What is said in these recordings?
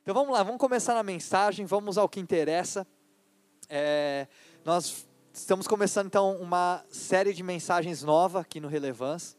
Então vamos lá, vamos começar na mensagem, vamos ao que interessa. Nós estamos começando então uma série de mensagens nova aqui no Relevância.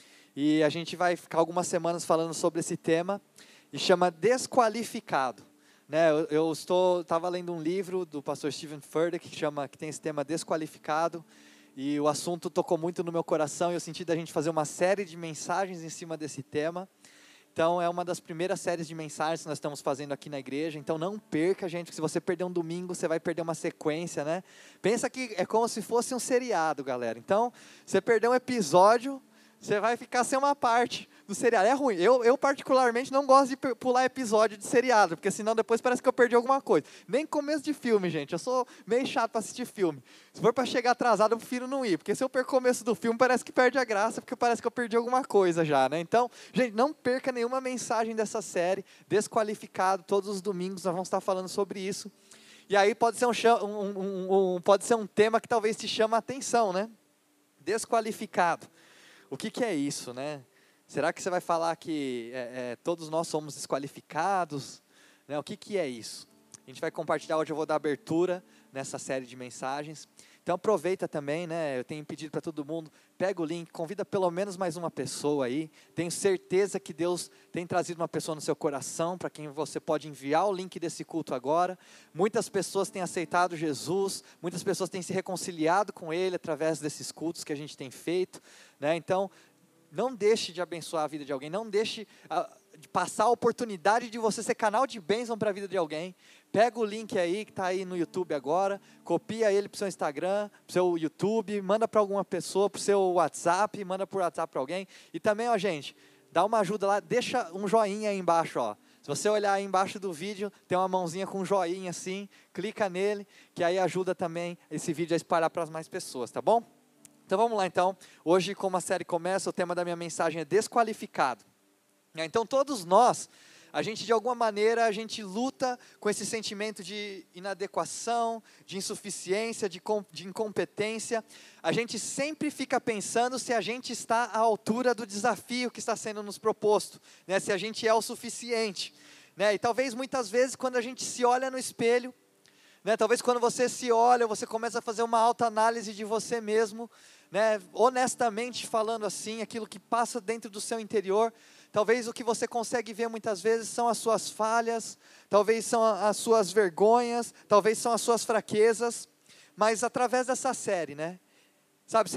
E a gente vai ficar algumas semanas falando sobre esse tema, e chama Desqualificado. Né, eu estava lendo um livro do pastor Steven Furtick que tem esse tema Desqualificado, e o assunto tocou muito no meu coração, e eu senti da gente fazer uma série de mensagens em cima desse tema. Então é uma das primeiras séries de mensagens que nós estamos fazendo aqui na igreja, então não perca, gente, que se você perder um domingo, você vai perder uma sequência, né? Pensa que é como se fosse um seriado, galera. Então, você perder um episódio, você vai ficar sem uma parte do seriado. É ruim. Eu particularmente não gosto de pular episódio de seriado, porque senão depois parece que eu perdi alguma coisa. Nem começo de filme, gente. Eu sou meio chato para assistir filme. Se for para chegar atrasado, eu prefiro não ir, porque se eu perco o começo do filme, parece que perde a graça, porque parece que eu perdi alguma coisa já, né? Então, gente, não perca nenhuma mensagem dessa série, Desqualificado. Todos os domingos nós vamos estar falando sobre isso. E aí pode ser pode ser um tema que talvez te chame a atenção, né? Desqualificado. O que é isso, né? Será que você vai falar que todos nós somos desqualificados? Né? O que é isso? A gente vai compartilhar hoje, eu vou dar abertura nessa série de mensagens. Então aproveita também, né? Eu tenho pedido para todo mundo, pega o link, convida pelo menos mais uma pessoa aí. Tenho certeza que Deus tem trazido uma pessoa no seu coração, para quem você pode enviar o link desse culto agora. Muitas pessoas têm aceitado Jesus, muitas pessoas têm se reconciliado com Ele através desses cultos que a gente tem feito, né? Então, não deixe de abençoar a vida de alguém, não deixe de passar a oportunidade de você ser canal de bênção para a vida de alguém. Pega o link aí, que está aí no YouTube agora, copia ele para o seu Instagram, para o seu YouTube, manda para alguma pessoa, para o seu WhatsApp, manda por WhatsApp para alguém. E também, ó, gente, dá uma ajuda lá, deixa um joinha aí embaixo, ó. Se você olhar aí embaixo do vídeo, tem uma mãozinha com um joinha assim, clica nele, que aí ajuda também esse vídeo a espalhar para as mais pessoas, tá bom? Então vamos lá então, hoje como a série começa, o tema da minha mensagem é Desqualificado. Então todos nós, a gente de alguma maneira, a gente luta com esse sentimento de inadequação, de insuficiência, de incompetência. A gente sempre fica pensando se a gente está à altura do desafio que está sendo nos proposto, né? Se a gente é o suficiente, né? E talvez muitas vezes quando a gente se olha no espelho, né, talvez quando você se olha, você começa a fazer uma autoanálise de você mesmo, né, honestamente falando assim, aquilo que passa dentro do seu interior, talvez o que você consegue ver muitas vezes são as suas falhas, talvez são as suas vergonhas, talvez são as suas fraquezas, mas através dessa série, né, sabe,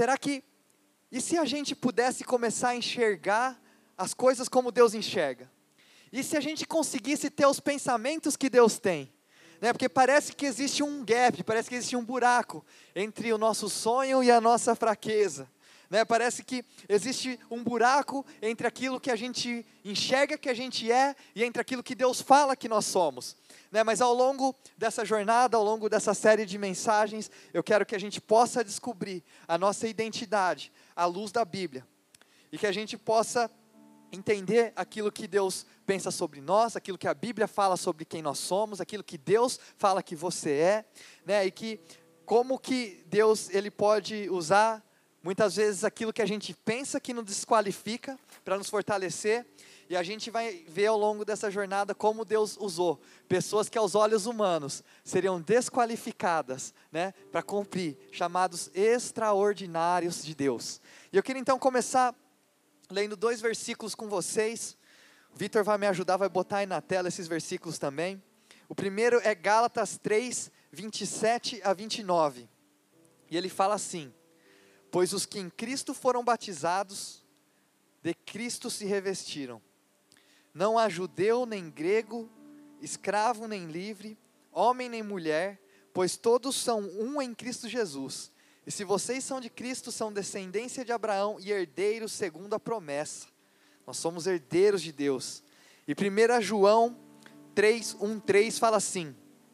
e se a gente pudesse começar a enxergar as coisas como Deus enxerga? E se a gente conseguisse ter os pensamentos que Deus tem? Né, porque parece que existe um gap, parece que existe um buraco entre o nosso sonho e a nossa fraqueza, né, parece que existe um buraco entre aquilo que a gente enxerga que a gente é e entre aquilo que Deus fala que nós somos, né, mas ao longo dessa jornada, ao longo dessa série de mensagens, eu quero que a gente possa descobrir a nossa identidade à luz da Bíblia, e que a gente possa entender aquilo que Deus pensa sobre nós, aquilo que a Bíblia fala sobre quem nós somos, aquilo que Deus fala que você é, né, e que como que Deus ele pode usar muitas vezes aquilo que a gente pensa que nos desqualifica para nos fortalecer, e a gente vai ver ao longo dessa jornada como Deus usou pessoas que aos olhos humanos seriam desqualificadas, né, para cumprir chamados extraordinários de Deus. E eu queria então começar lendo 2 versículos com vocês. O Vitor vai me ajudar, vai botar aí na tela esses versículos também. O primeiro é Gálatas 3, 27 a 29. E ele fala assim: pois os que em Cristo foram batizados, de Cristo se revestiram. Não há judeu nem grego, escravo nem livre, homem nem mulher, pois todos são um em Cristo Jesus. E se vocês são de Cristo, são descendência de Abraão e herdeiros segundo a promessa. Nós somos herdeiros de Deus. E 1 João 3, 1, 3 fala assim: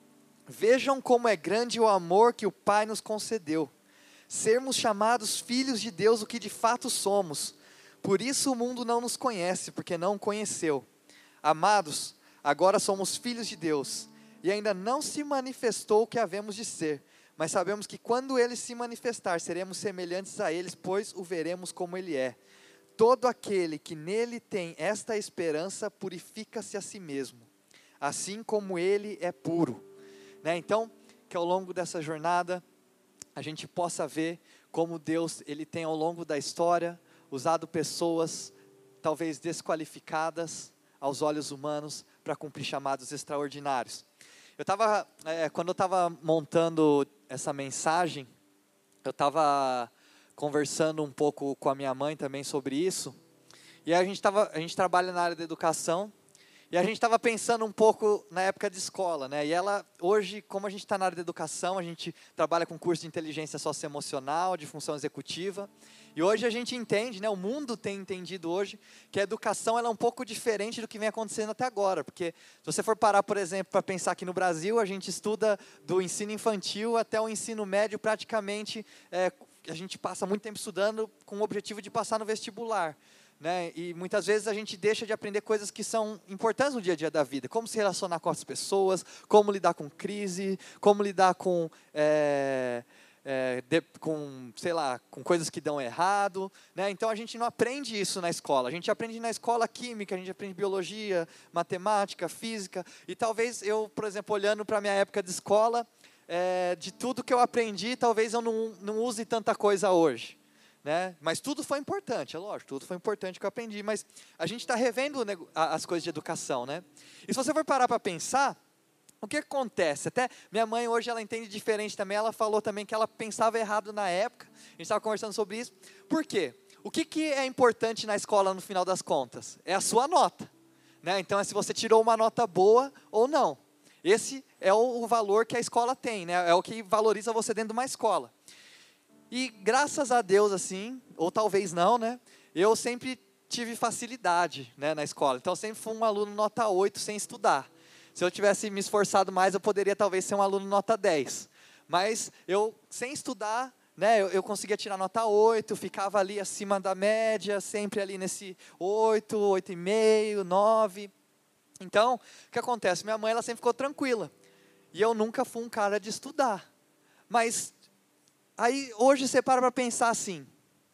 vejam como é grande o amor que o Pai nos concedeu, sermos chamados filhos de Deus, o que de fato somos. Por isso o mundo não nos conhece, porque não o conheceu. Amados, agora somos filhos de Deus, e ainda não se manifestou o que havemos de ser, mas sabemos que quando Ele se manifestar, seremos semelhantes a Ele, pois o veremos como Ele é. Todo aquele que nele tem esta esperança, purifica-se a si mesmo, assim como Ele é puro. Né? Então, que ao longo dessa jornada, a gente possa ver como Deus, Ele tem ao longo da história, usado pessoas, talvez desqualificadas aos olhos humanos, para cumprir chamados extraordinários. Quando eu estava montando essa mensagem, eu estava conversando um pouco com a minha mãe também sobre isso, e a gente trabalha na área da educação, e a gente estava pensando um pouco na época de escola, né? E ela, hoje, como a gente está na área da educação, a gente trabalha com curso de inteligência socioemocional, de função executiva, e hoje a gente entende, né? O mundo tem entendido hoje que a educação ela é um pouco diferente do que vem acontecendo até agora, porque se você for parar, por exemplo, para pensar aqui no Brasil, a gente estuda do ensino infantil até o ensino médio praticamente, a gente passa muito tempo estudando com o objetivo de passar no vestibular. Né? E muitas vezes a gente deixa de aprender coisas que são importantes no dia a dia da vida, como se relacionar com as pessoas, como lidar com crise, como lidar com com coisas que dão errado, né? Então a gente não aprende isso na escola, a gente aprende na escola química, a gente aprende biologia, matemática, física, e talvez eu, por exemplo, olhando para a minha época de escola, de tudo que eu aprendi, talvez eu não use tanta coisa hoje. Né? Mas tudo foi importante, é lógico, tudo foi importante que eu aprendi, mas a gente está revendo as coisas de educação, né? E se você for parar para pensar, o que acontece? Até minha mãe hoje ela entende diferente também, ela falou também que ela pensava errado na época, a gente estava conversando sobre isso. Por quê? O que é importante na escola no final das contas? É a sua nota, né? Então é se você tirou uma nota boa ou não. Esse é o valor que a escola tem, né? É o que valoriza você dentro de uma escola. E graças a Deus, assim, ou talvez não, né? Eu sempre tive facilidade, né, na escola. Então, eu sempre fui um aluno nota 8 sem estudar. Se eu tivesse me esforçado mais, eu poderia talvez ser um aluno nota 10. Mas eu, sem estudar, né, eu conseguia tirar nota 8, ficava ali acima da média, sempre ali nesse 8, 8,5, 9. Então, o que acontece? Minha mãe ela sempre ficou tranquila. E eu nunca fui um cara de estudar. Mas aí, hoje você para pensar assim,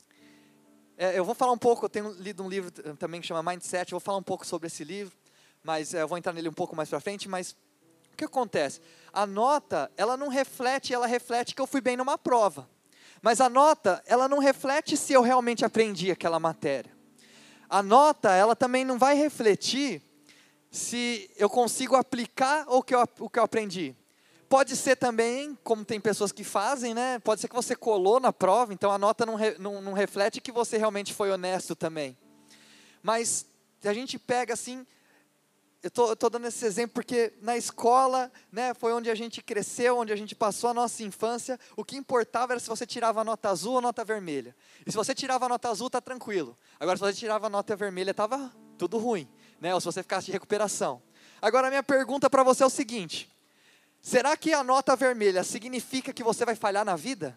eu vou falar um pouco, eu tenho lido um livro também que chama Mindset, eu vou falar um pouco sobre esse livro, mas eu vou entrar nele um pouco mais para frente, mas o que acontece? A nota, ela não reflete, ela reflete que eu fui bem numa prova, mas a nota, ela não reflete se eu realmente aprendi aquela matéria. A nota, ela também não vai refletir se eu consigo aplicar o que eu aprendi. Pode ser também, como tem pessoas que fazem, né? Pode ser que você colou na prova, então a nota não reflete que você realmente foi honesto também. Mas se a gente pega assim, eu estou dando esse exemplo porque na escola, né, foi onde a gente cresceu, onde a gente passou a nossa infância, o que importava era se você tirava a nota azul ou nota vermelha. E se você tirava a nota azul, está tranquilo. Agora se você tirava a nota vermelha, estava tudo ruim, né? Ou se você ficasse de recuperação. Agora a minha pergunta para você é o seguinte: será que a nota vermelha significa que você vai falhar na vida?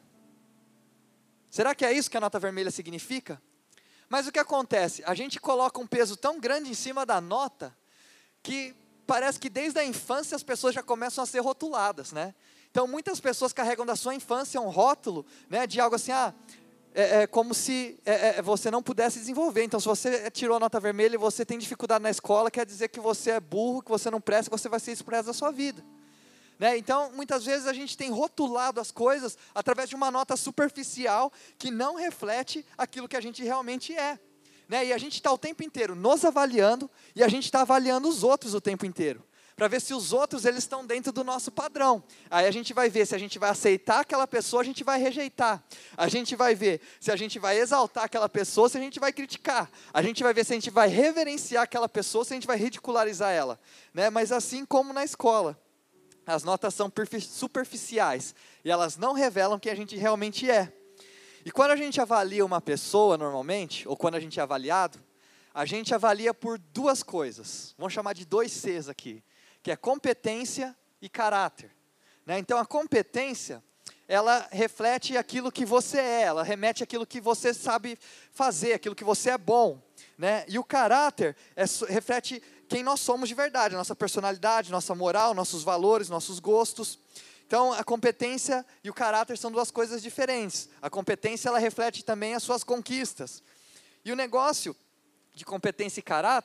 Será que é isso que a nota vermelha significa? Mas o que acontece? A gente coloca um peso tão grande em cima da nota, que parece que desde a infância as pessoas já começam a ser rotuladas, né? Então muitas pessoas carregam da sua infância um rótulo, né, de algo assim, como se você não pudesse desenvolver. Então se você tirou a nota vermelha e você tem dificuldade na escola, quer dizer que você é burro, que você não presta, que você vai ser isso pro resto da sua vida. Né? Então, muitas vezes a gente tem rotulado as coisas através de uma nota superficial que não reflete aquilo que a gente realmente é. Né? E a gente está o tempo inteiro nos avaliando e a gente está avaliando os outros o tempo inteiro, para ver se os outros eles estão dentro do nosso padrão. Aí a gente vai ver se a gente vai aceitar aquela pessoa, a gente vai rejeitar. A gente vai ver se a gente vai exaltar aquela pessoa, se a gente vai criticar. A gente vai ver se a gente vai reverenciar aquela pessoa, se a gente vai ridicularizar ela. Né? Mas assim como na escola, as notas são superficiais e elas não revelam quem a gente realmente é. E quando a gente avalia uma pessoa normalmente, ou quando a gente é avaliado, a gente avalia por duas coisas. Vamos chamar de 2 Cs aqui, que é competência e caráter. Né? Então a competência, ela reflete aquilo que você é, ela remete àquilo que você sabe fazer, aquilo que você é bom. Né? E o caráter reflete quem nós somos de verdade, a nossa personalidade, nossa moral, nossos valores, nossos gostos. Então, a competência e o caráter são 2 coisas diferentes. A competência, ela reflete também as suas conquistas. E o negócio de competência e caráter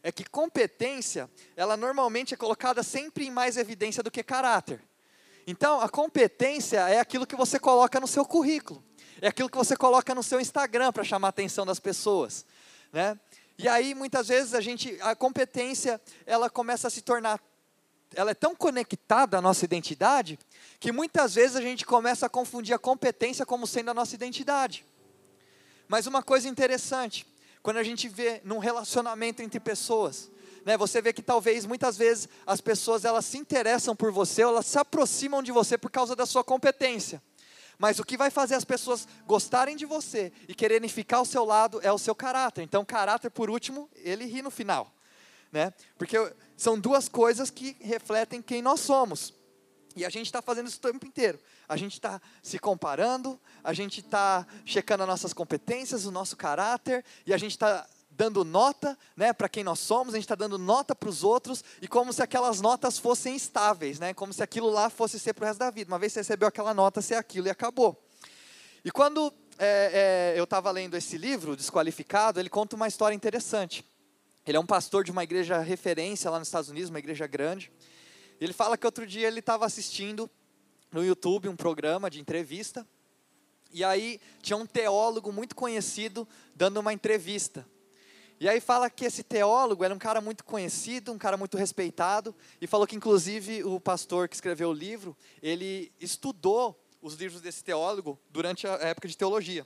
é que competência, ela normalmente é colocada sempre em mais evidência do que caráter. Então, a competência é aquilo que você coloca no seu currículo, é aquilo que você coloca no seu Instagram para chamar a atenção das pessoas, né? E aí, muitas vezes, a competência, ela começa a se tornar, ela é tão conectada à nossa identidade, que muitas vezes a gente começa a confundir a competência como sendo a nossa identidade. Mas uma coisa interessante, quando a gente vê num relacionamento entre pessoas, né, você vê que talvez, muitas vezes, as pessoas, elas se interessam por você, ou elas se aproximam de você por causa da sua competência. Mas o que vai fazer as pessoas gostarem de você e quererem ficar ao seu lado é o seu caráter. Então, caráter, por último, ele ri no final, né? Porque são duas coisas que refletem quem nós somos. E a gente está fazendo isso o tempo inteiro. A gente está se comparando, a gente está checando as nossas competências, o nosso caráter, e a gente está dando nota, né, para quem nós somos, a gente está dando nota para os outros, e como se aquelas notas fossem estáveis, né, como se aquilo lá fosse ser para o resto da vida. Uma vez você recebeu aquela nota, ser aquilo e acabou. E quando eu estava lendo esse livro, Desqualificado, ele conta uma história interessante. Ele é um pastor de uma igreja referência lá nos Estados Unidos, uma igreja grande. Ele fala que outro dia ele estava assistindo no YouTube um programa de entrevista, e aí tinha um teólogo muito conhecido dando uma entrevista. E aí fala que esse teólogo era um cara muito conhecido, um cara muito respeitado, e falou que inclusive o pastor que escreveu o livro, ele estudou os livros desse teólogo durante a época de teologia.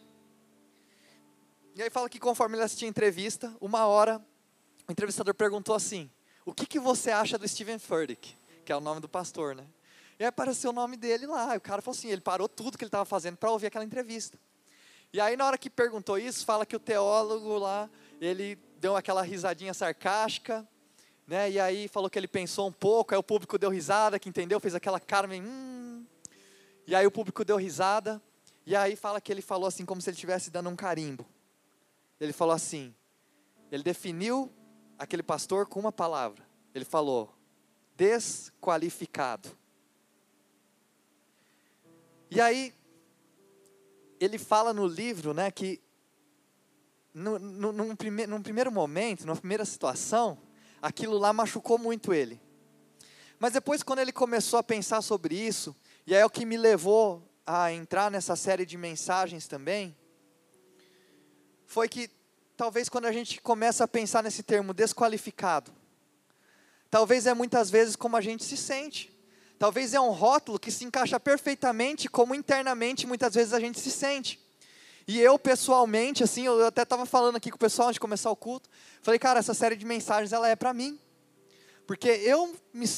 E aí fala que conforme ele assistia a entrevista, uma hora o entrevistador perguntou assim: o que você acha do Steven Furtick? Que é o nome do pastor, né? E aí apareceu o nome dele lá, e o cara falou assim, ele parou tudo que ele estava fazendo para ouvir aquela entrevista. E aí na hora que perguntou isso, fala que o teólogo lá, ele deu aquela risadinha sarcástica, né? E aí falou que ele pensou um pouco, aí o público deu risada, que entendeu, fez aquela cara meio, E aí o público deu risada, e aí fala que ele falou assim, como se ele estivesse dando um carimbo. Ele falou assim, ele definiu aquele pastor com uma palavra, ele falou: desqualificado. E aí, ele fala no livro, né, que num primeiro momento, numa primeira situação, aquilo lá machucou muito ele. Mas depois, quando ele começou a pensar sobre isso, e aí é o que me levou a entrar nessa série de mensagens também, foi que talvez quando a gente começa a pensar nesse termo desqualificado, talvez é muitas vezes como a gente se sente. Talvez é um rótulo que se encaixa perfeitamente como internamente muitas vezes a gente se sente. E eu pessoalmente, assim, eu até estava falando aqui com o pessoal antes de começar o culto, falei, cara, essa série de mensagens, ela é para mim. Porque eu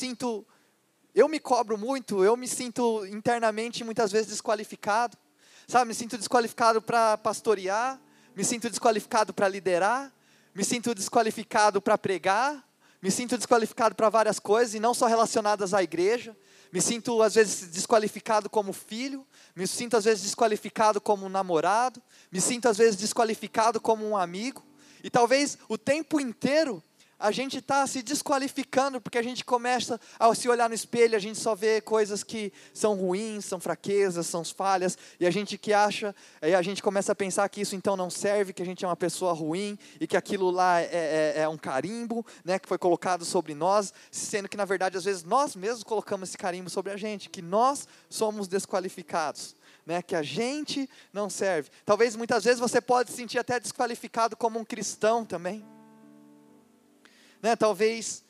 me cobro muito, eu me sinto internamente muitas vezes desqualificado. Sabe, me sinto desqualificado para pastorear, me sinto desqualificado para liderar, me sinto desqualificado para pregar, me sinto desqualificado para várias coisas, e não só relacionadas à igreja. Me sinto às vezes desqualificado como filho, me sinto às vezes desqualificado como um namorado, me sinto às vezes desqualificado como um amigo, e talvez o tempo inteiro a gente está se desqualificando, porque a gente começa a se olhar no espelho, a gente só vê coisas que são ruins, são fraquezas, são falhas, e a gente aí a gente começa a pensar que isso então não serve, que a gente é uma pessoa ruim, e que aquilo lá é um carimbo, né, que foi colocado sobre nós, sendo que na verdade às vezes nós mesmos colocamos esse carimbo sobre a gente, que nós somos desqualificados, né, que a gente não serve. Talvez muitas vezes você pode se sentir até desqualificado como um cristão também. Né, talvez,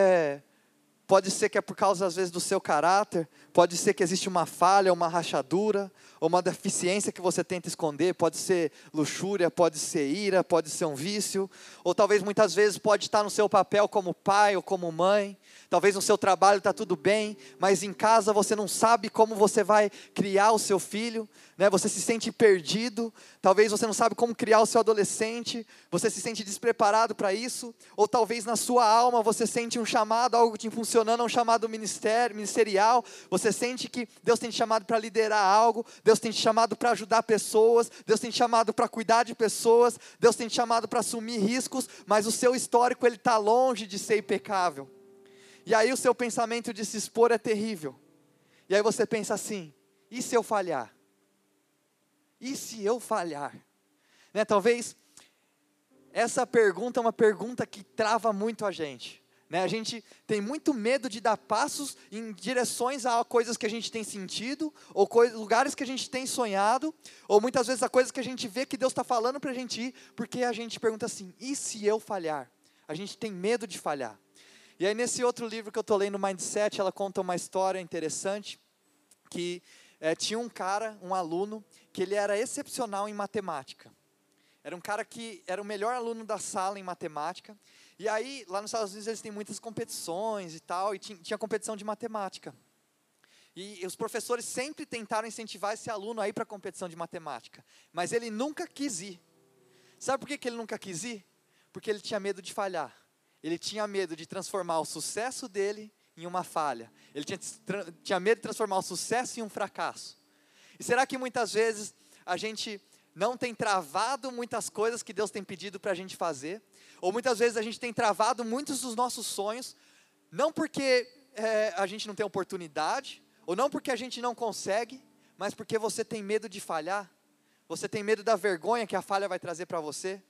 pode ser que é por causa às vezes do seu caráter, pode ser que existe uma falha, uma rachadura, ou uma deficiência que você tenta esconder, pode ser luxúria, pode ser ira, pode ser um vício, ou talvez muitas vezes pode estar no seu papel como pai ou como mãe, talvez no seu trabalho está tudo bem, mas em casa você não sabe como você vai criar o seu filho, né? Você se sente perdido, talvez você não sabe como criar o seu adolescente, você se sente despreparado para isso, ou talvez na sua alma você sente um chamado, algo te impulsionando, um chamado ministerial, você sente que Deus tem te chamado para liderar algo, Deus tem te chamado para ajudar pessoas, Deus tem te chamado para cuidar de pessoas, Deus tem te chamado para assumir riscos, mas o seu histórico ele está longe de ser impecável. E aí o seu pensamento de se expor é terrível. E aí você pensa assim, e se eu falhar? E se eu falhar? Né, talvez essa pergunta é uma pergunta que trava muito a gente. Né? A gente tem muito medo de dar passos em direções a coisas que a gente tem sentido, ou lugares que a gente tem sonhado, ou muitas vezes a coisas que a gente vê que Deus está falando para a gente ir, porque a gente pergunta assim, e se eu falhar? A gente tem medo de falhar. E aí nesse outro livro que eu estou lendo, Mindset, ela conta uma história interessante, que tinha um cara, um aluno, que ele era excepcional em matemática. Era um cara que era o melhor aluno da sala em matemática. E aí, lá nos Estados Unidos, eles têm muitas competições e tal, e tinha competição de matemática. E os professores sempre tentaram incentivar esse aluno a ir para a competição de matemática. Mas ele nunca quis ir. Sabe por que ele nunca quis ir? Porque ele tinha medo de falhar. Ele tinha medo de transformar o sucesso dele em uma falha. Ele tinha medo de transformar o sucesso em um fracasso. E será que muitas vezes a gente não tem travado muitas coisas que Deus tem pedido para a gente fazer? Ou muitas vezes a gente tem travado muitos dos nossos sonhos, não porque a gente não tem oportunidade, ou não porque a gente não consegue, mas porque você tem medo de falhar? Você tem medo da vergonha que a falha vai trazer para você?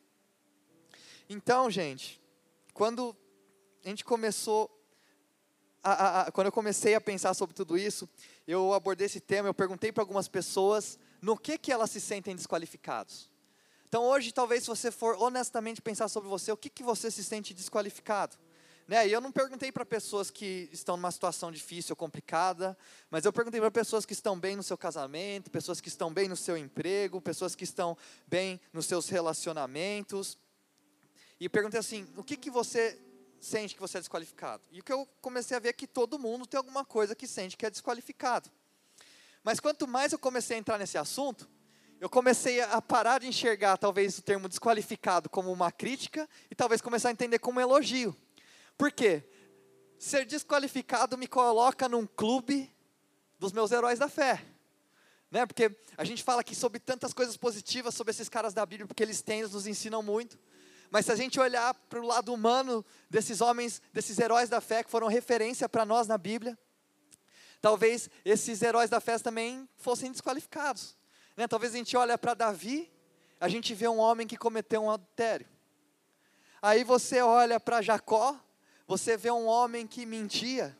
Então, gente, quando a gente começou, quando eu comecei a pensar sobre tudo isso, eu abordei esse tema, eu perguntei para algumas pessoas no que elas se sentem desqualificados. Então hoje, talvez, se você for honestamente pensar sobre você, o que você se sente desqualificado? Né? E eu não perguntei para pessoas que estão numa situação difícil ou complicada, mas eu perguntei para pessoas que estão bem no seu casamento, pessoas que estão bem no seu emprego, pessoas que estão bem nos seus relacionamentos. E perguntei assim, o que você sente que você é desqualificado? E o que eu comecei a ver é que todo mundo tem alguma coisa que sente que é desqualificado. Mas quanto mais eu comecei a entrar nesse assunto, eu comecei a parar de enxergar talvez o termo desqualificado como uma crítica e talvez começar a entender como um elogio. Por quê? Ser desqualificado me coloca num clube dos meus heróis da fé. Né? Porque a gente fala aqui sobre tantas coisas positivas sobre esses caras da Bíblia, porque eles nos ensinam muito. Mas se a gente olhar para o lado humano desses homens, desses heróis da fé que foram referência para nós na Bíblia, talvez esses heróis da fé também fossem desqualificados. Né? Talvez a gente olhe para Davi, a gente vê um homem que cometeu um adultério. Aí você olha para Jacó, você vê um homem que mentia.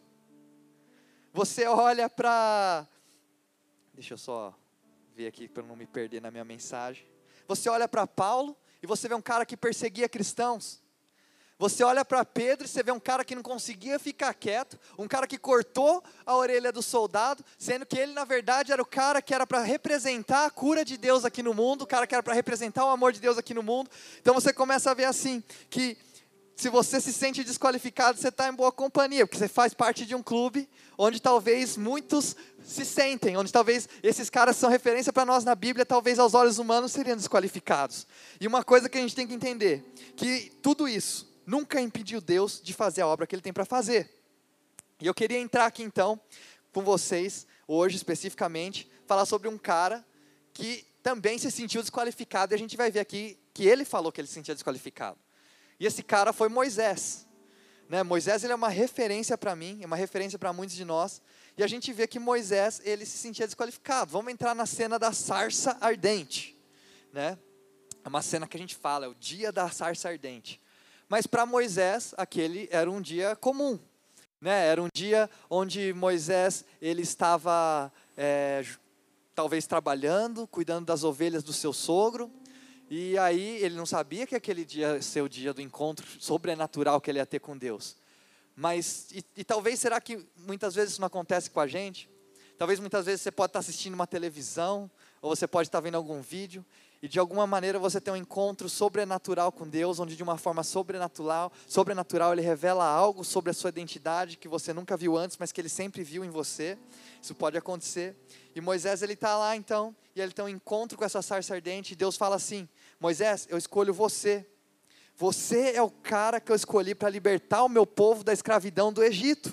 Você olha para... Deixa eu só ver aqui para não me perder na minha mensagem. Você olha para Paulo e você vê um cara que perseguia cristãos. Você olha para Pedro e você vê um cara que não conseguia ficar quieto, um cara que cortou a orelha do soldado, sendo que ele na verdade era o cara que era para representar a cura de Deus aqui no mundo, o cara que era para representar o amor de Deus aqui no mundo. Então você começa a ver assim, que se você se sente desqualificado, você está em boa companhia, porque você faz parte de um clube, onde talvez muitos se sentem, onde talvez esses caras são referência para nós na Bíblia, talvez aos olhos humanos seriam desqualificados. E uma coisa que a gente tem que entender, que tudo isso nunca impediu Deus de fazer a obra que Ele tem para fazer. E eu queria entrar aqui então, com vocês, hoje especificamente, falar sobre um cara que também se sentiu desqualificado, e a gente vai ver aqui que ele falou que ele se sentia desqualificado. E esse cara foi Moisés. Né? Moisés ele é uma referência para mim, é uma referência para muitos de nós, e a gente vê que Moisés ele se sentia desqualificado. Vamos entrar na cena da sarça ardente. Né? É uma cena que a gente fala, é o dia da sarça ardente. Mas para Moisés, aquele era um dia comum, né? Era um dia onde Moisés ele estava talvez trabalhando, cuidando das ovelhas do seu sogro, e aí ele não sabia que aquele dia ia ser o dia do encontro sobrenatural que ele ia ter com Deus. Mas, e talvez, será que muitas vezes isso não acontece com a gente? Talvez muitas vezes você pode estar assistindo uma televisão, ou você pode estar vendo algum vídeo, e de alguma maneira você tem um encontro sobrenatural com Deus, onde de uma forma sobrenatural Ele revela algo sobre a sua identidade, que você nunca viu antes, mas que Ele sempre viu em você. Isso pode acontecer. E Moisés ele está lá então, e ele tem um encontro com essa sarça ardente, e Deus fala assim, Moisés, eu escolho você. Você é o cara que eu escolhi para libertar o meu povo da escravidão do Egito.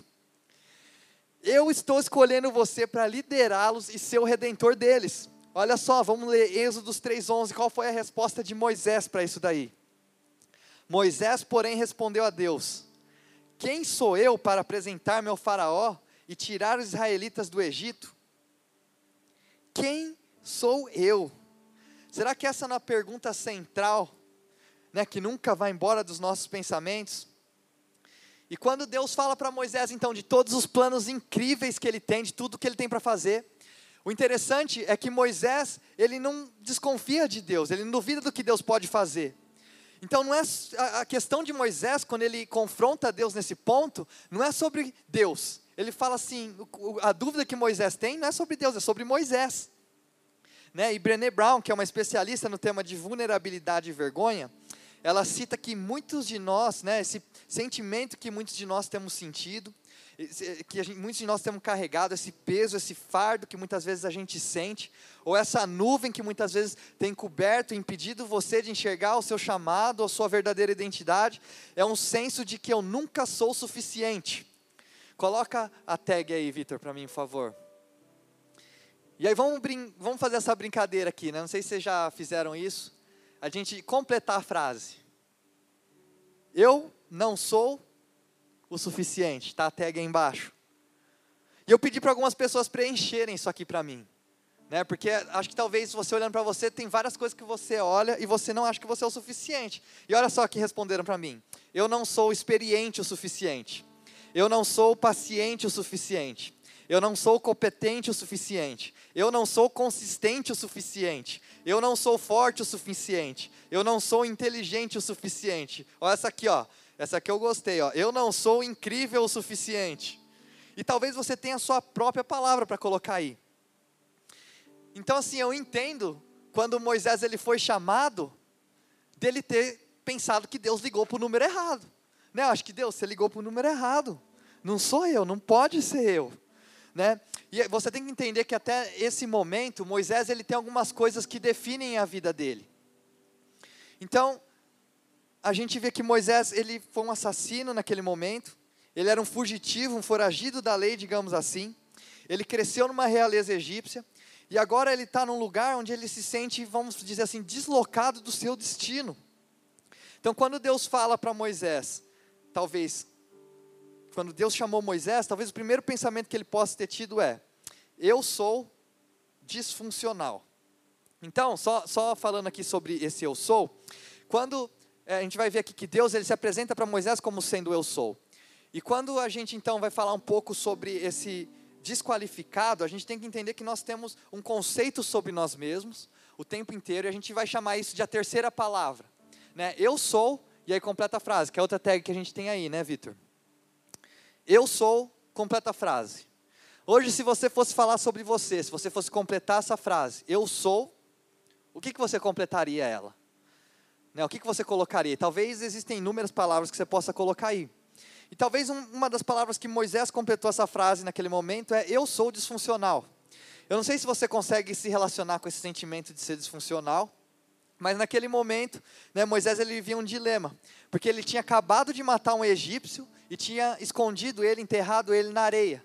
Eu estou escolhendo você para liderá-los e ser o redentor deles. Olha só, vamos ler Êxodos 3:11, qual foi a resposta de Moisés para isso daí? Moisés, porém, respondeu a Deus, quem sou eu para apresentar-me ao faraó e tirar os israelitas do Egito? Quem sou eu? Será que essa não é a pergunta central né, que nunca vai embora dos nossos pensamentos. E quando Deus fala para Moisés, então, de todos os planos incríveis que ele tem, de tudo que ele tem para fazer, o interessante é que Moisés, ele não desconfia de Deus, ele não duvida do que Deus pode fazer. Então não é a questão de Moisés, quando ele confronta Deus nesse ponto, não é sobre Deus. Ele fala assim, a dúvida que Moisés tem não é sobre Deus, é sobre Moisés. Né? E Brené Brown, que é uma especialista no tema de vulnerabilidade e vergonha, ela cita que muitos de nós, né, esse sentimento que muitos de nós temos sentido, muitos de nós temos carregado, esse peso, esse fardo que muitas vezes a gente sente, ou essa nuvem que muitas vezes tem coberto, impedido você de enxergar o seu chamado, a sua verdadeira identidade, é um senso de que eu nunca sou suficiente. Coloca a tag aí, Vitor, para mim, por favor. E aí vamos fazer essa brincadeira aqui, né? Não sei se vocês já fizeram isso, a gente completar a frase. Eu não sou o suficiente, tá a tag aí embaixo. E eu pedi para algumas pessoas preencherem isso aqui para mim, né? Porque acho que talvez você olhando para você, tem várias coisas que você olha e você não acha que você é o suficiente. E olha só que responderam para mim. Eu não sou experiente o suficiente. Eu não sou paciente o suficiente. Eu não sou competente o suficiente. Eu não sou consistente o suficiente. Eu não sou forte o suficiente. Eu não sou inteligente o suficiente. Olha essa aqui, ó. Essa aqui eu gostei, ó. Eu não sou incrível o suficiente. E talvez você tenha a sua própria palavra para colocar aí. Então assim, eu entendo quando Moisés ele foi chamado, dele ter pensado que Deus ligou para o número errado. Né? Eu acho que Deus, você ligou para o número errado. Não sou eu, não pode ser eu. Né? E você tem que entender que até esse momento, Moisés ele tem algumas coisas que definem a vida dele. Então, a gente vê que Moisés ele foi um assassino naquele momento, ele era um fugitivo, um foragido da lei, digamos assim. Ele cresceu numa realeza egípcia, e agora ele está num lugar onde ele se sente, vamos dizer assim, deslocado do seu destino. Então, quando Deus fala para Moisés, quando Deus chamou Moisés, talvez o primeiro pensamento que ele possa ter tido é: eu sou disfuncional. Então, só falando aqui sobre esse eu sou, quando a gente vai ver aqui que Deus ele se apresenta para Moisés como sendo eu sou. E quando a gente então vai falar um pouco sobre esse desqualificado, a gente tem que entender que nós temos um conceito sobre nós mesmos o tempo inteiro, e a gente vai chamar isso de a terceira palavra. Né? Eu sou, e aí completa a frase, que é outra tag que a gente tem aí, né, Vitor? Eu sou, completa a frase. Hoje, se você fosse falar sobre você, se você fosse completar essa frase, eu sou, o que você completaria ela? Né, o que você colocaria? Talvez existem inúmeras palavras que você possa colocar aí. E talvez uma das palavras que Moisés completou essa frase naquele momento é: eu sou disfuncional. Eu não sei se você consegue se relacionar com esse sentimento de ser disfuncional, mas naquele momento, né, Moisés ele vivia um dilema, porque ele tinha acabado de matar um egípcio e tinha escondido ele, enterrado ele na areia.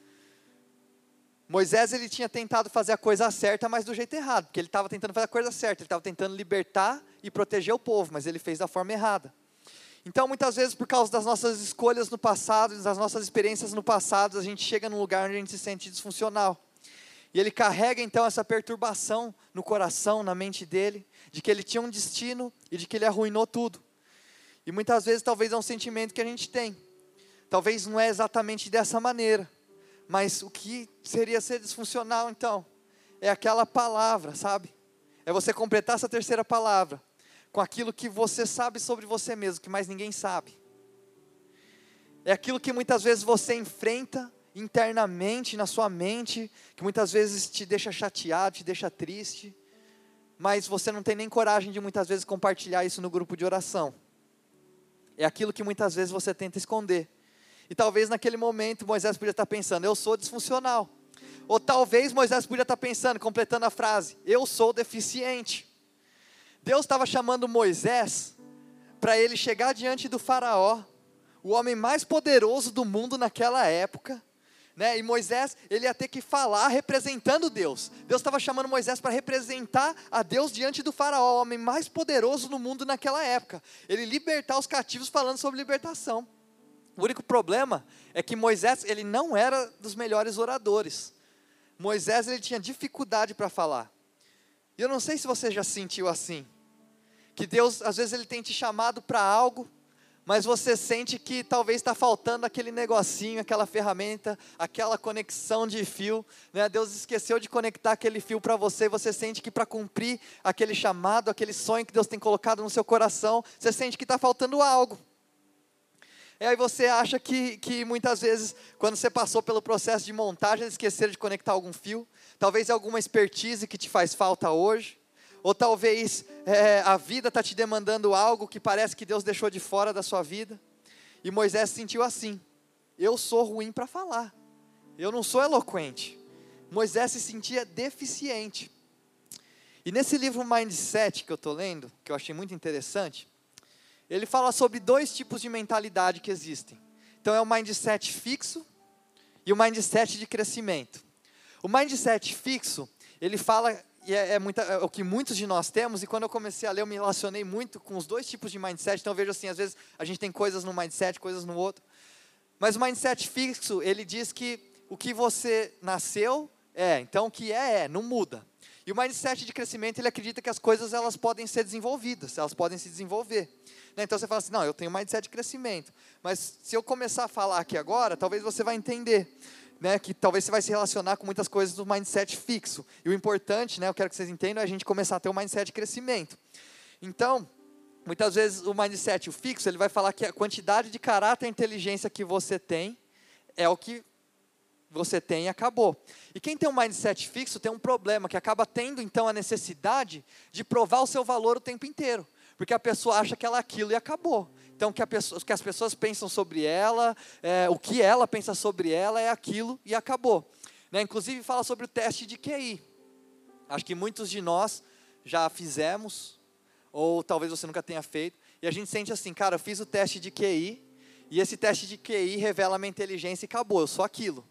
Moisés ele tinha tentado fazer a coisa certa, mas do jeito errado, porque ele estava tentando fazer a coisa certa, ele estava tentando libertar e proteger o povo, mas ele fez da forma errada. Então muitas vezes por causa das nossas escolhas no passado, das nossas experiências no passado, a gente chega num lugar onde a gente se sente disfuncional. E ele carrega então essa perturbação no coração, na mente dele, de que ele tinha um destino e de que ele arruinou tudo. E muitas vezes talvez é um sentimento que a gente tem. Talvez não é exatamente dessa maneira, mas o que seria ser disfuncional então? É aquela palavra, sabe? É você completar essa terceira palavra com aquilo que você sabe sobre você mesmo, que mais ninguém sabe. É aquilo que muitas vezes você enfrenta internamente, na sua mente, que muitas vezes te deixa chateado, te deixa triste, mas você não tem nem coragem de muitas vezes compartilhar isso no grupo de oração. É aquilo que muitas vezes você tenta esconder. E talvez naquele momento Moisés podia estar pensando: eu sou disfuncional. Ou talvez Moisés podia estar pensando, completando a frase: eu sou deficiente. Deus estava chamando Moisés para ele chegar diante do faraó, o homem mais poderoso do mundo naquela época, né? E Moisés, ele ia ter que falar representando Deus. Deus estava chamando Moisés para representar a Deus diante do faraó, o homem mais poderoso no mundo naquela época. Ele libertar os cativos falando sobre libertação. O único problema é que Moisés, ele não era dos melhores oradores. Moisés, ele tinha dificuldade para falar. E eu não sei se você já se sentiu assim. Que Deus, às vezes, Ele tem te chamado para algo, mas você sente que talvez está faltando aquele negocinho, aquela ferramenta, aquela conexão de fio, né? Deus esqueceu de conectar aquele fio para você, e você sente que para cumprir aquele chamado, aquele sonho que Deus tem colocado no seu coração, você sente que está faltando algo. E aí você acha que muitas vezes, quando você passou pelo processo de montagem, esqueceram de conectar algum fio, talvez alguma expertise que te faz falta hoje, ou talvez a vida está te demandando algo que parece que Deus deixou de fora da sua vida. E Moisés se sentiu assim: eu sou ruim para falar, eu não sou eloquente. Moisés se sentia deficiente. E nesse livro Mindset que eu estou lendo, que eu achei muito interessante, ele fala sobre 2 tipos de mentalidade que existem. Então é o mindset fixo e o mindset de crescimento. O mindset fixo, ele fala, e é o que muitos de nós temos, e quando eu comecei a ler, eu me relacionei muito com os 2 tipos de mindset. Então eu vejo assim, às vezes a gente tem coisas no mindset, coisas no outro. Mas o mindset fixo, ele diz que o que você nasceu então o que não muda. E o mindset de crescimento, ele acredita que as coisas elas podem ser desenvolvidas, elas podem se desenvolver. Então você fala assim, não, eu tenho mindset de crescimento, mas se eu começar a falar aqui agora, talvez você vai entender, que talvez você vai se relacionar com muitas coisas do mindset fixo. E o importante, eu quero que vocês entendam, é a gente começar a ter um mindset de crescimento. Então, muitas vezes o mindset o fixo, ele vai falar que a quantidade de caráter e inteligência que você tem, é o que você tem e acabou. E quem tem um mindset fixo tem um problema, que acaba tendo então a necessidade de provar o seu valor o tempo inteiro. Porque a pessoa acha que ela é aquilo e acabou. Então, o que as pessoas pensam sobre ela, o que ela pensa sobre ela é aquilo e acabou. Inclusive, fala sobre o teste de QI. Acho que muitos de nós já fizemos, ou talvez você nunca tenha feito, e a gente sente assim, cara, eu fiz o teste de QI, e esse teste de QI revela a minha inteligência e acabou, eu sou aquilo.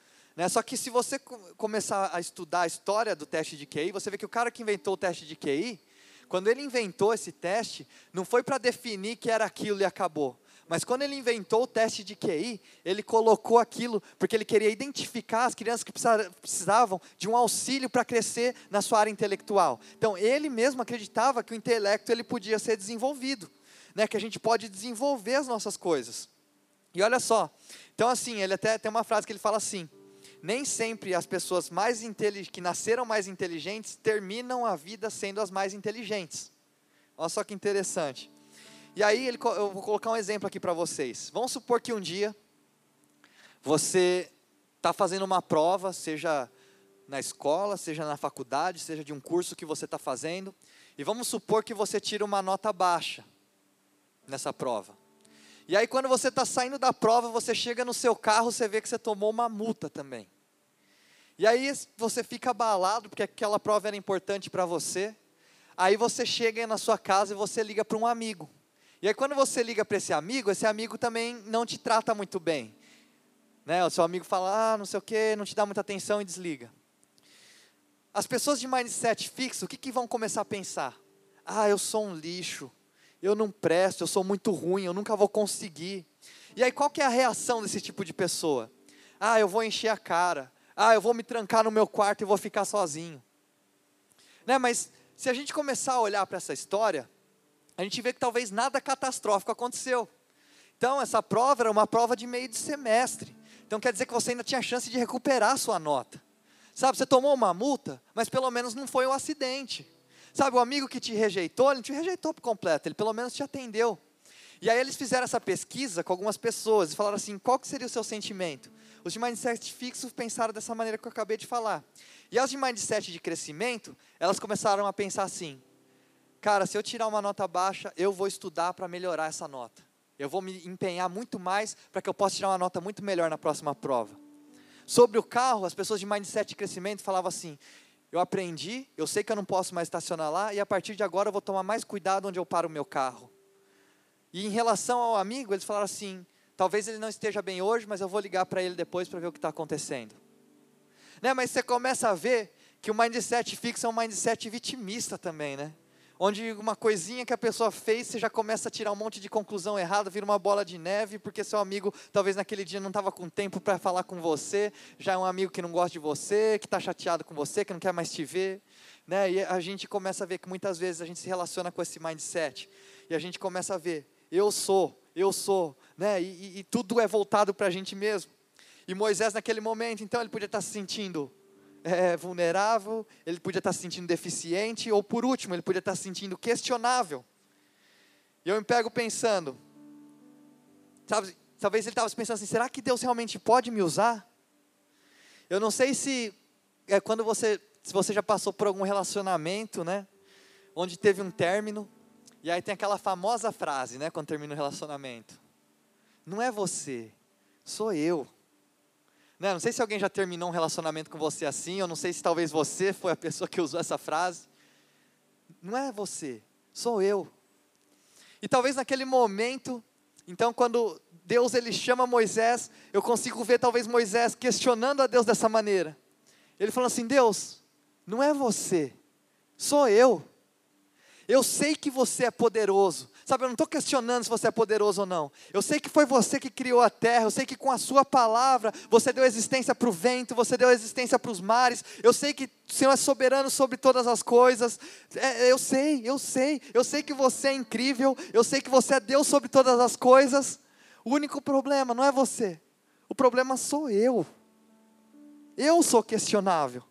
Só que se você começar a estudar a história do teste de QI, você vê que o cara que inventou o teste de QI, quando ele inventou esse teste, não foi para definir que era aquilo e acabou. Mas quando ele inventou o teste de QI, ele colocou aquilo porque ele queria identificar as crianças que precisavam de um auxílio para crescer na sua área intelectual. Então, ele mesmo acreditava que o intelecto ele podia ser desenvolvido, que a gente pode desenvolver as nossas coisas. E olha só, então assim, ele até tem uma frase que ele fala assim: nem sempre as pessoas que nasceram mais inteligentes terminam a vida sendo as mais inteligentes. Olha só que interessante. E aí eu vou colocar um exemplo aqui para vocês. Vamos supor que um dia você está fazendo uma prova, seja na escola, seja na faculdade, seja de um curso que você está fazendo, e vamos supor que você tira uma nota baixa nessa prova. E aí quando você está saindo da prova, você chega no seu carro, você vê que você tomou uma multa também. E aí você fica abalado, porque aquela prova era importante para você. Aí você chega na sua casa e você liga para um amigo. E aí quando você liga para esse amigo também não te trata muito bem. O seu amigo fala, não sei o quê, não te dá muita atenção e desliga. As pessoas de mindset fixo, o que vão começar a pensar? Eu sou um lixo, eu não presto, eu sou muito ruim, eu nunca vou conseguir. E aí qual que é a reação desse tipo de pessoa? Eu vou encher a cara, eu vou me trancar no meu quarto e vou ficar sozinho. Mas se a gente começar a olhar para essa história, a gente vê que talvez nada catastrófico aconteceu. Então essa prova era uma prova de meio de semestre. Então quer dizer que você ainda tinha chance de recuperar a sua nota. Sabe, você tomou uma multa, mas pelo menos não foi um acidente. Sabe, o amigo que te rejeitou, ele não te rejeitou por completo, ele pelo menos te atendeu. E aí eles fizeram essa pesquisa com algumas pessoas e falaram assim, qual que seria o seu sentimento? Os de mindset fixo pensaram dessa maneira que eu acabei de falar. E as de mindset de crescimento, elas começaram a pensar assim, cara, se eu tirar uma nota baixa, eu vou estudar para melhorar essa nota. Eu vou me empenhar muito mais para que eu possa tirar uma nota muito melhor na próxima prova. Sobre o carro, as pessoas de mindset de crescimento falavam assim, eu aprendi, eu sei que eu não posso mais estacionar lá, e a partir de agora eu vou tomar mais cuidado onde eu paro o meu carro. E em relação ao amigo, eles falaram assim, talvez ele não esteja bem hoje, mas eu vou ligar para ele depois para ver o que está acontecendo. Mas você começa a ver que o mindset fixo é um mindset vitimista também, Onde uma coisinha que a pessoa fez, você já começa a tirar um monte de conclusão errada, vira uma bola de neve, porque seu amigo talvez naquele dia não estava com tempo para falar com você, já é um amigo que não gosta de você, que está chateado com você, que não quer mais te ver. né? E a gente começa a ver que muitas vezes a gente se relaciona com esse mindset, e a gente começa a ver, eu sou, né? E tudo é voltado para a gente mesmo. E Moisés naquele momento, então ele podia estar se sentindo vulnerável, ele podia estar se sentindo deficiente, ou por último, ele podia estar se sentindo questionável. E eu me pego pensando, sabe, talvez ele estava pensando assim, será que Deus realmente pode me usar? Eu não sei se se você já passou por algum relacionamento, né, onde teve um término, e aí tem aquela famosa frase, né, quando termina o relacionamento, não é você, sou eu. Né, não sei se alguém já terminou um relacionamento com você assim, ou não sei se talvez você foi a pessoa que usou essa frase. Não é você, sou eu. E talvez naquele momento, então quando Deus ele chama Moisés, eu consigo ver talvez Moisés questionando a Deus dessa maneira. Ele falando assim, Deus, não é você, sou eu. Eu sei que você é poderoso. Sabe, eu não estou questionando se você é poderoso ou não. Eu sei que foi você que criou a terra. Eu sei que com a sua palavra, você deu existência para o vento, você deu existência para os mares. Eu sei que o Senhor é soberano sobre todas as coisas. Eu sei que você é incrível. Eu sei que você é Deus sobre todas as coisas. O único problema não é você. O problema sou eu. Eu sou questionável.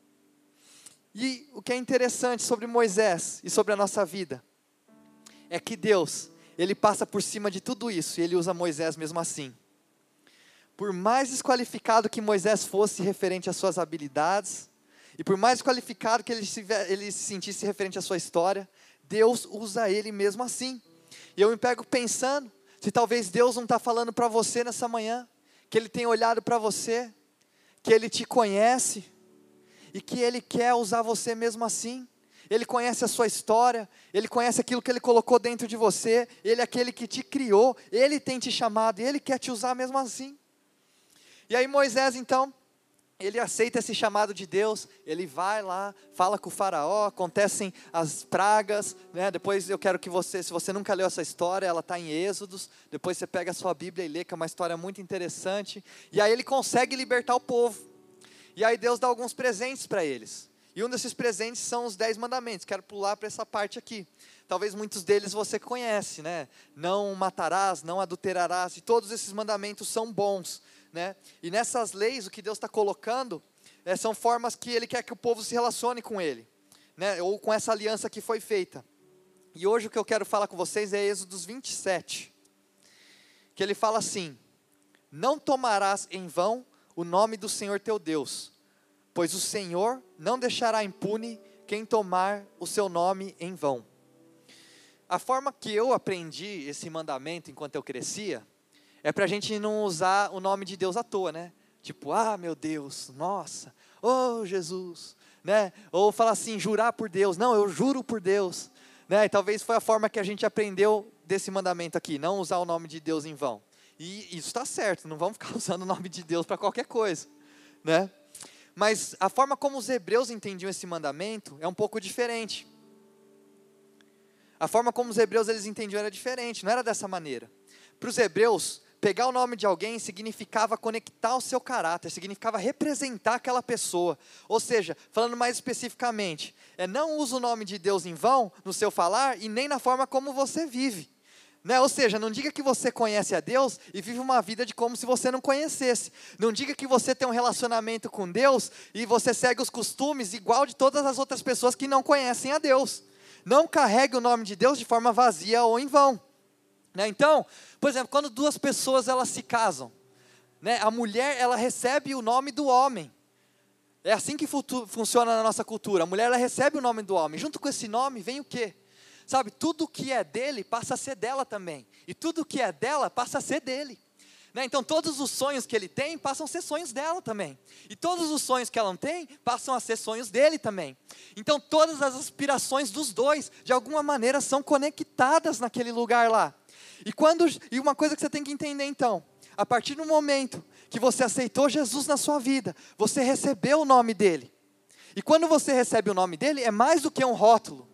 E o que é interessante sobre Moisés e sobre a nossa vida, é que Deus, Ele passa por cima de tudo isso, e Ele usa Moisés mesmo assim. Por mais desqualificado que Moisés fosse referente às suas habilidades, e por mais qualificado que ele se sentisse referente à sua história, Deus usa ele mesmo assim. E eu me pego pensando, se talvez Deus não está falando para você nessa manhã, que Ele tem olhado para você, que Ele te conhece, e que Ele quer usar você mesmo assim. Ele conhece a sua história, Ele conhece aquilo que Ele colocou dentro de você, Ele é aquele que te criou, Ele tem te chamado, e Ele quer te usar mesmo assim. E aí Moisés então, ele aceita esse chamado de Deus, ele vai lá, fala com o faraó, acontecem as pragas, né? Depois eu quero que você, se você nunca leu essa história, ela está em Êxodos, depois você pega a sua Bíblia e lê, que é uma história muito interessante, e aí ele consegue libertar o povo. E aí Deus dá alguns presentes para eles. E um desses presentes são os 10 mandamentos. Quero pular para essa parte aqui. Talvez muitos deles você conhece, né? Não matarás, não adulterarás. E todos esses mandamentos são bons, né? E nessas leis, o que Deus está colocando, são formas que Ele quer que o povo se relacione com Ele, né? Ou com essa aliança que foi feita. E hoje o que eu quero falar com vocês é Êxodos 27. Que ele fala assim, não tomarás em vão o nome do Senhor teu Deus, pois o Senhor não deixará impune quem tomar o seu nome em vão. A forma que eu aprendi esse mandamento enquanto eu crescia, é para a gente não usar o nome de Deus à toa, né? Tipo, meu Deus, nossa, oh Jesus, né? Ou falar assim, jurar por Deus, não, eu juro por Deus, né? E talvez foi a forma que a gente aprendeu desse mandamento aqui, não usar o nome de Deus em vão. E isso está certo, não vamos ficar usando o nome de Deus para qualquer coisa, né? Mas a forma como os hebreus entendiam esse mandamento é um pouco diferente. A forma como os hebreus eles entendiam era diferente, não era dessa maneira. Para os hebreus, pegar o nome de alguém significava conectar o seu caráter, significava representar aquela pessoa. Ou seja, falando mais especificamente, não usa o nome de Deus em vão no seu falar e nem na forma como você vive. Né? Ou seja, não diga que você conhece a Deus e vive uma vida de como se você não conhecesse. Não diga que você tem um relacionamento com Deus e você segue os costumes igual de todas as outras pessoas que não conhecem a Deus. Não carregue o nome de Deus de forma vazia ou em vão. Né? Então, por exemplo, quando duas pessoas elas se casam, né? A mulher ela recebe o nome do homem. É assim que funciona na nossa cultura. A mulher ela recebe o nome do homem. Junto com esse nome vem o quê? Sabe, tudo que é dele passa a ser dela também. E tudo que é dela passa a ser dele. Né? Então todos os sonhos que ele tem passam a ser sonhos dela também. E todos os sonhos que ela não tem passam a ser sonhos dele também. Então todas as aspirações dos dois, de alguma maneira, são conectadas naquele lugar lá. E uma coisa que você tem que entender então, a partir do momento que você aceitou Jesus na sua vida, você recebeu o nome dele. E quando você recebe o nome dele, é mais do que um rótulo.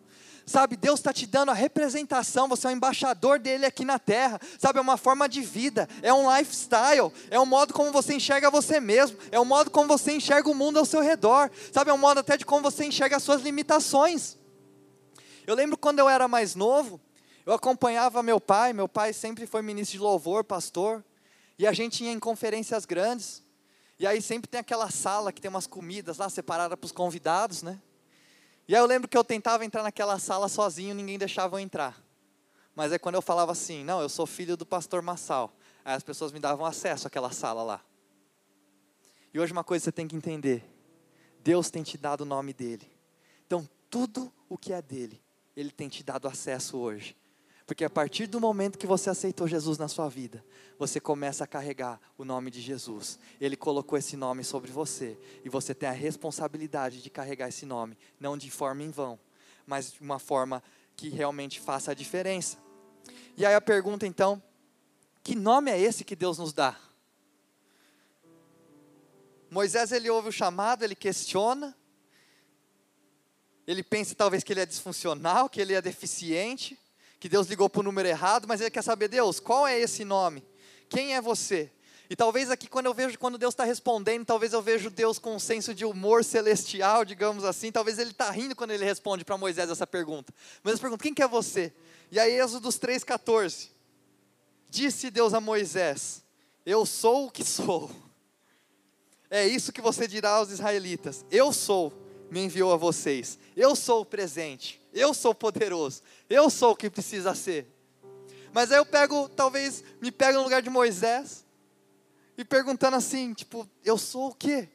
Sabe, Deus está te dando a representação, você é o embaixador dele aqui na terra, sabe, é uma forma de vida, é um lifestyle, é um modo como você enxerga você mesmo, é um modo como você enxerga o mundo ao seu redor, sabe, é um modo até de como você enxerga as suas limitações. Eu lembro quando eu era mais novo, eu acompanhava meu pai sempre foi ministro de louvor, pastor, e a gente ia em conferências grandes, e aí sempre tem aquela sala que tem umas comidas lá separadas para os convidados, né? E aí eu lembro que eu tentava entrar naquela sala sozinho, ninguém deixava eu entrar. Mas é quando eu falava assim, não, eu sou filho do pastor Massal. Aí as pessoas me davam acesso àquela sala lá. E hoje uma coisa você tem que entender. Deus tem te dado o nome dele. Então tudo o que é dele, ele tem te dado acesso hoje. Porque a partir do momento que você aceitou Jesus na sua vida, você começa a carregar o nome de Jesus. Ele colocou esse nome sobre você. E você tem a responsabilidade de carregar esse nome. Não de forma em vão, mas de uma forma que realmente faça a diferença. E aí a pergunta então, que nome é esse que Deus nos dá? Moisés, ele ouve o chamado, ele questiona. Ele pensa talvez que ele é disfuncional, que ele é deficiente, que Deus ligou para o número errado, mas ele quer saber, Deus, qual é esse nome? Quem é você? E talvez aqui quando Deus está respondendo, talvez eu vejo Deus com um senso de humor celestial, digamos assim, talvez ele está rindo quando ele responde para Moisés essa pergunta. Moisés pergunta, quem que é você? E aí Êxodo 3,14, disse Deus a Moisés, eu sou o que sou. É isso que você dirá aos israelitas, eu sou, me enviou a vocês, eu sou o presente, eu sou poderoso, eu sou o que precisa ser. Mas aí eu me pego no lugar de Moisés, e perguntando assim, tipo, eu sou o quê?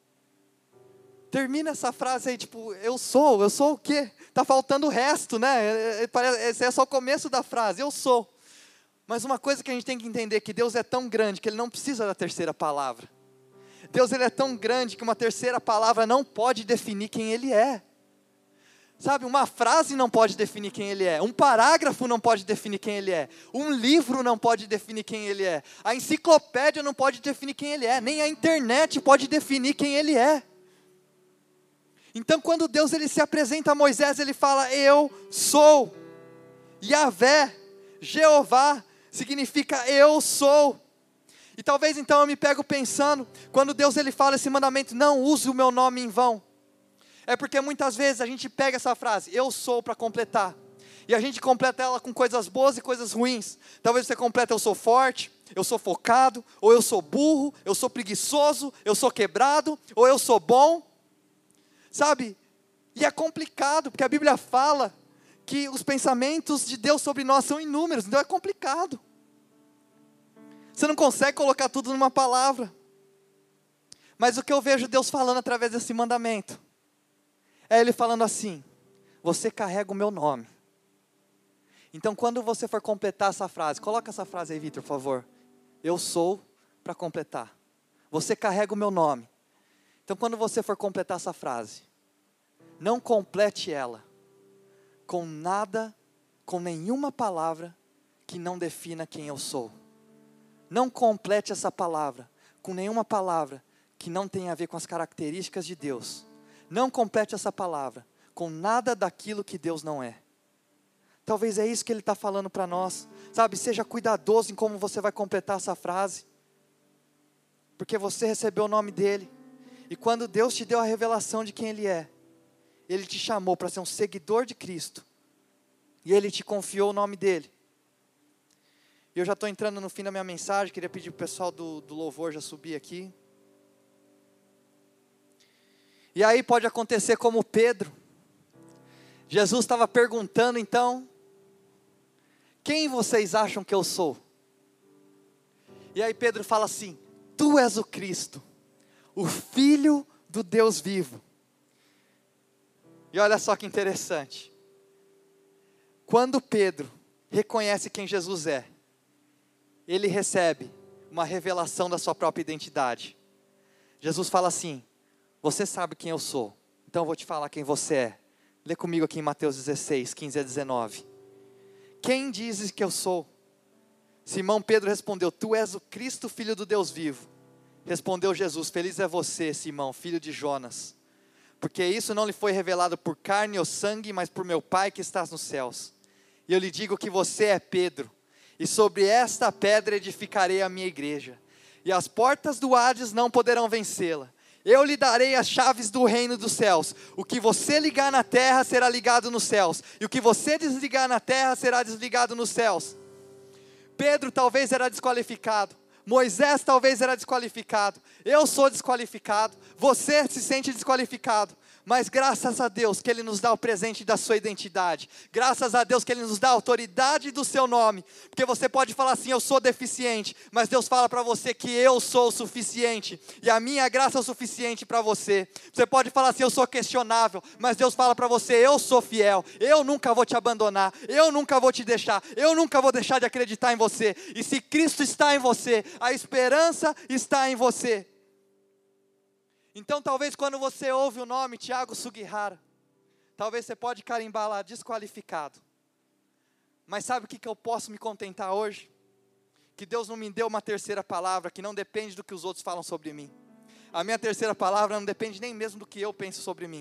Termina essa frase aí, tipo, eu sou o quê? Está faltando o resto, né? Esse é só o começo da frase, eu sou. Mas uma coisa que a gente tem que entender, é que Deus é tão grande, que Ele não precisa da terceira palavra. Deus, Ele é tão grande, que uma terceira palavra não pode definir quem Ele é. Sabe, uma frase não pode definir quem Ele é, um parágrafo não pode definir quem Ele é, um livro não pode definir quem Ele é, a enciclopédia não pode definir quem Ele é, nem a internet pode definir quem Ele é. Então quando Deus ele se apresenta a Moisés, Ele fala, eu sou, Yahvé, Jeová, significa eu sou. E talvez então eu me pego pensando, quando Deus ele fala esse mandamento, não use o meu nome em vão. É porque muitas vezes a gente pega essa frase, eu sou, para completar. E a gente completa ela com coisas boas e coisas ruins. Talvez você completa, eu sou forte, eu sou focado, ou eu sou burro, eu sou preguiçoso, eu sou quebrado, ou eu sou bom. Sabe? E é complicado, porque a Bíblia fala que os pensamentos de Deus sobre nós são inúmeros, então é complicado. Você não consegue colocar tudo numa palavra. Mas o que eu vejo Deus falando através desse mandamento, é Ele falando assim, você carrega o meu nome. Então quando você for completar essa frase, coloca essa frase aí, Vitor, por favor. Eu sou, para completar. Você carrega o meu nome. Então quando você for completar essa frase, não complete ela com nada, com nenhuma palavra que não defina quem eu sou. Não complete essa palavra com nenhuma palavra que não tenha a ver com as características de Deus. Não complete essa palavra com nada daquilo que Deus não é. Talvez é isso que Ele está falando para nós. Sabe, seja cuidadoso em como você vai completar essa frase. Porque você recebeu o nome dEle. E quando Deus te deu a revelação de quem Ele é, Ele te chamou para ser um seguidor de Cristo. E Ele te confiou o nome dEle. E eu já estou entrando no fim da minha mensagem, queria pedir para o pessoal do louvor já subir aqui. E aí pode acontecer como Pedro. Jesus estava perguntando então, quem vocês acham que eu sou? E aí Pedro fala assim, tu és o Cristo, o Filho do Deus vivo. E olha só que interessante. Quando Pedro reconhece quem Jesus é, ele recebe uma revelação da sua própria identidade. Jesus fala assim, você sabe quem eu sou, então eu vou te falar quem você é. Lê comigo aqui em Mateus 16, 15 a 19. Quem dizes que eu sou? Simão Pedro respondeu, tu és o Cristo, Filho do Deus vivo. Respondeu Jesus, feliz é você, Simão, filho de Jonas, porque isso não lhe foi revelado por carne ou sangue, mas por meu Pai que está nos céus. E eu lhe digo que você é Pedro, e sobre esta pedra edificarei a minha igreja, e as portas do Hades não poderão vencê-la. Eu lhe darei as chaves do reino dos céus. O que você ligar na terra será ligado nos céus, e o que você desligar na terra será desligado nos céus. Pedro talvez era desqualificado, Moisés talvez era desqualificado, eu sou desqualificado, você se sente desqualificado, mas graças a Deus que Ele nos dá o presente da sua identidade, graças a Deus que Ele nos dá a autoridade do seu nome, porque você pode falar assim, eu sou deficiente, mas Deus fala para você que eu sou o suficiente, e a minha graça é o suficiente para você. Você pode falar assim, eu sou questionável, mas Deus fala para você, eu sou fiel, eu nunca vou te abandonar, eu nunca vou te deixar, eu nunca vou deixar de acreditar em você, e se Cristo está em você, a esperança está em você. Então talvez quando você ouve o nome Thiago Sugihara, talvez você pode carimbar lá, desqualificado. Mas sabe o que eu posso me contentar hoje? Que Deus não me deu uma terceira palavra, que não depende do que os outros falam sobre mim. A minha terceira palavra não depende nem mesmo do que eu penso sobre mim.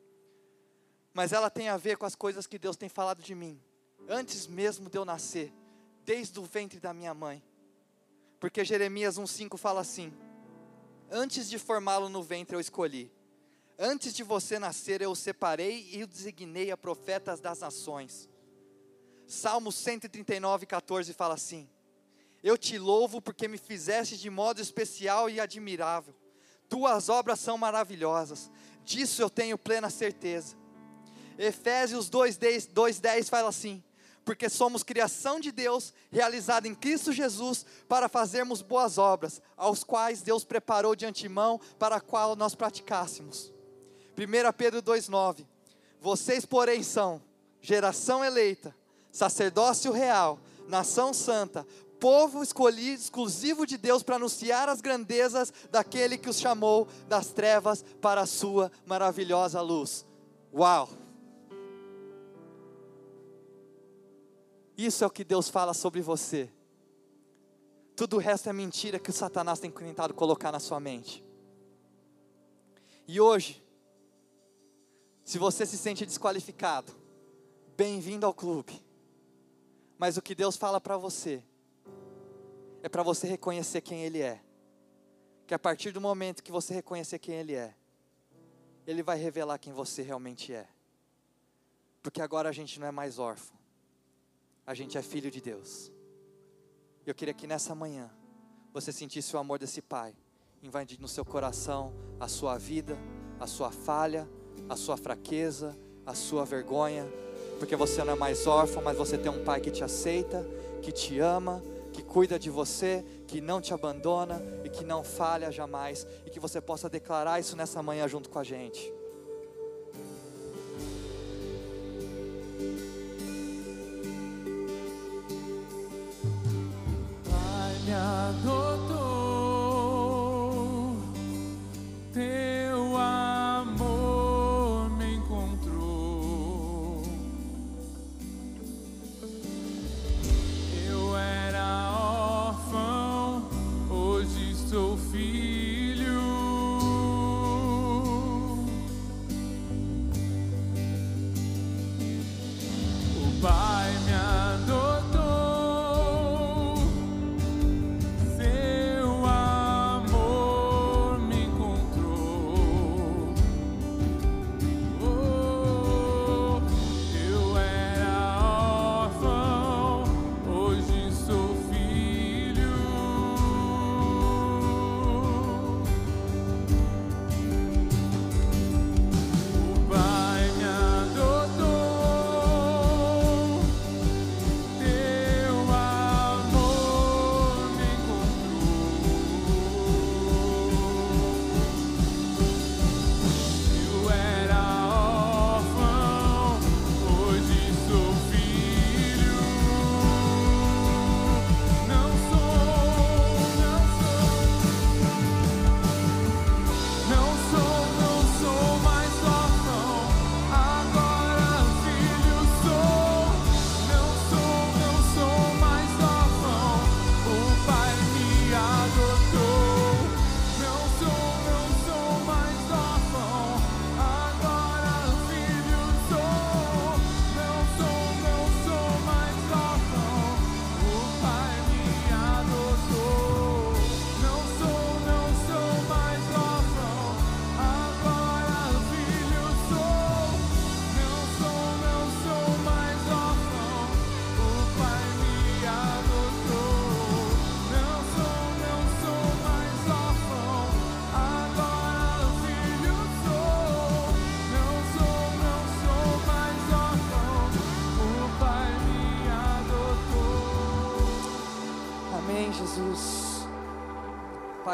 Mas ela tem a ver com as coisas que Deus tem falado de mim, antes mesmo de eu nascer, desde o ventre da minha mãe. Porque Jeremias 1,5 fala assim, antes de formá-lo no ventre eu escolhi, antes de você nascer eu o separei e o designei a profetas das nações. Salmo 139,14 fala assim, eu te louvo porque me fizeste de modo especial e admirável, tuas obras são maravilhosas, disso eu tenho plena certeza. Efésios 2,10 fala assim, porque somos criação de Deus, realizada em Cristo Jesus, para fazermos boas obras, aos quais Deus preparou de antemão, para a qual nós praticássemos. 1 Pedro 2,9, vocês porém são geração eleita, sacerdócio real, nação santa, povo escolhido, exclusivo de Deus, para anunciar as grandezas daquele que os chamou das trevas para a sua maravilhosa luz. Uau! Isso é o que Deus fala sobre você. Tudo o resto é mentira que o Satanás tem tentado colocar na sua mente. E hoje, se você se sente desqualificado, bem-vindo ao clube. Mas o que Deus fala para você, é para você reconhecer quem Ele é. Que a partir do momento que você reconhecer quem Ele é, Ele vai revelar quem você realmente é. Porque agora a gente não é mais órfão. A gente é filho de Deus. Eu queria que nessa manhã você sentisse o amor desse Pai invadindo no seu coração a sua vida, a sua falha, a sua fraqueza, a sua vergonha, porque você não é mais órfão, mas você tem um Pai que te aceita, que te ama, que cuida de você, que não te abandona e que não falha jamais, e que você possa declarar isso nessa manhã junto com a gente. Me adotou, teu amor me encontrou. Eu era órfão, hoje sou filho.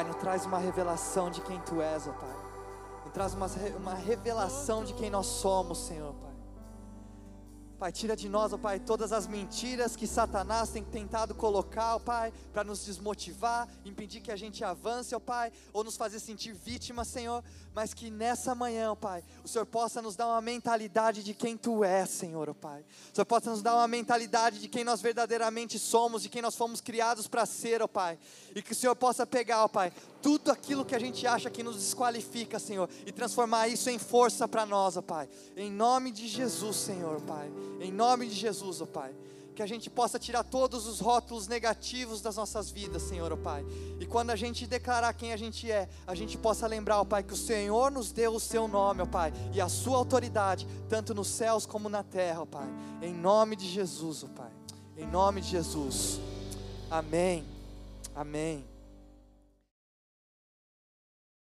Pai, nos traz uma revelação de quem Tu és, ó Pai. Nos traz uma revelação de quem nós somos, Senhor, Pai. Pai, tira de nós, ó Pai, todas as mentiras que Satanás tem tentado colocar, ó Pai, para nos desmotivar, impedir que a gente avance, ó Pai, ou nos fazer sentir vítima, Senhor, mas que nessa manhã, ó Pai, o Senhor possa nos dar uma mentalidade de quem Tu és, Senhor, ó Pai. O Senhor possa nos dar uma mentalidade de quem nós verdadeiramente somos, de quem nós fomos criados para ser, ó Pai. E que o Senhor possa pegar, ó Pai, tudo aquilo que a gente acha que nos desqualifica, Senhor, e transformar isso em força para nós, ó Pai. Em nome de Jesus, Senhor, Pai. Em nome de Jesus, ó Pai. Que a gente possa tirar todos os rótulos negativos das nossas vidas, Senhor, ó Pai. E quando a gente declarar quem a gente é, a gente possa lembrar, ó Pai, que o Senhor nos deu o Seu nome, ó Pai, e a Sua autoridade, tanto nos céus como na terra, ó Pai. Em nome de Jesus, ó Pai. Em nome de Jesus. Amém. Amém.